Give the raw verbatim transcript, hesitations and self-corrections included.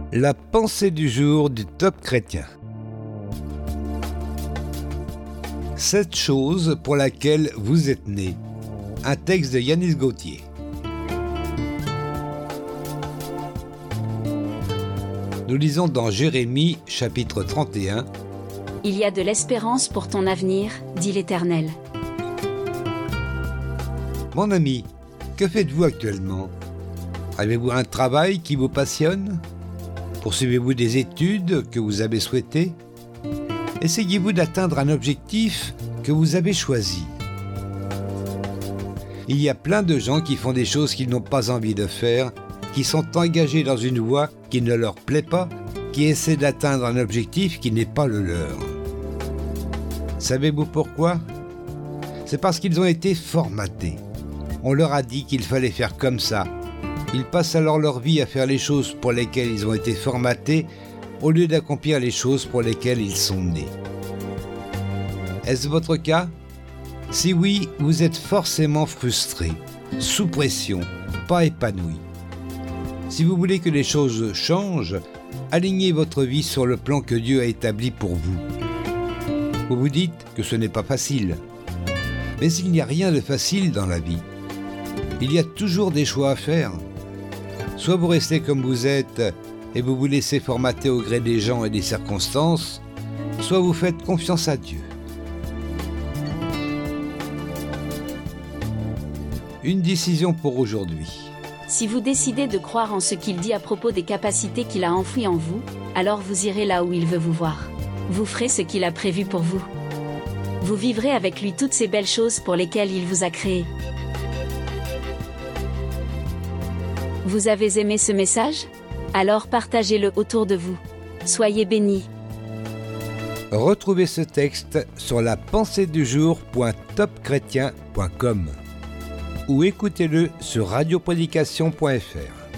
La pensée du jour du Top Chrétien. Cette chose pour laquelle vous êtes né. Un texte de Yanis Gauthier. Nous lisons dans Jérémie, chapitre trente et un. Il y a de l'espérance pour ton avenir, dit l'Éternel. Mon ami, que faites-vous actuellement? Avez-vous un travail qui vous passionne? Poursuivez-vous des études que vous avez souhaitées? Essayez-vous d'atteindre un objectif que vous avez choisi? Il y a plein de gens qui font des choses qu'ils n'ont pas envie de faire, qui sont engagés dans une voie qui ne leur plaît pas, qui essaient d'atteindre un objectif qui n'est pas le leur. Savez-vous pourquoi? C'est parce qu'ils ont été formatés. On leur a dit qu'il fallait faire comme ça. Ils passent alors leur vie à faire les choses pour lesquelles ils ont été formatés, au lieu d'accomplir les choses pour lesquelles ils sont nés. Est-ce votre cas? Si oui, vous êtes forcément frustré, sous pression, pas épanoui. Si vous voulez que les choses changent, alignez votre vie sur le plan que Dieu a établi pour vous. Vous vous dites que ce n'est pas facile. Mais il n'y a rien de facile dans la vie. Il y a toujours des choix à faire. Soit vous restez comme vous êtes et vous vous laissez formater au gré des gens et des circonstances, soit vous faites confiance à Dieu. Une décision pour aujourd'hui. Si vous décidez de croire en ce qu'il dit à propos des capacités qu'il a enfouies en vous, alors vous irez là où il veut vous voir. Vous ferez ce qu'il a prévu pour vous. Vous vivrez avec lui toutes ces belles choses pour lesquelles il vous a créé. Vous avez aimé ce message? Alors partagez-le autour de vous. Soyez bénis. Retrouvez ce texte sur la pensée du jour point top chrétien point com ou écoutez-le sur radio prédication point f r.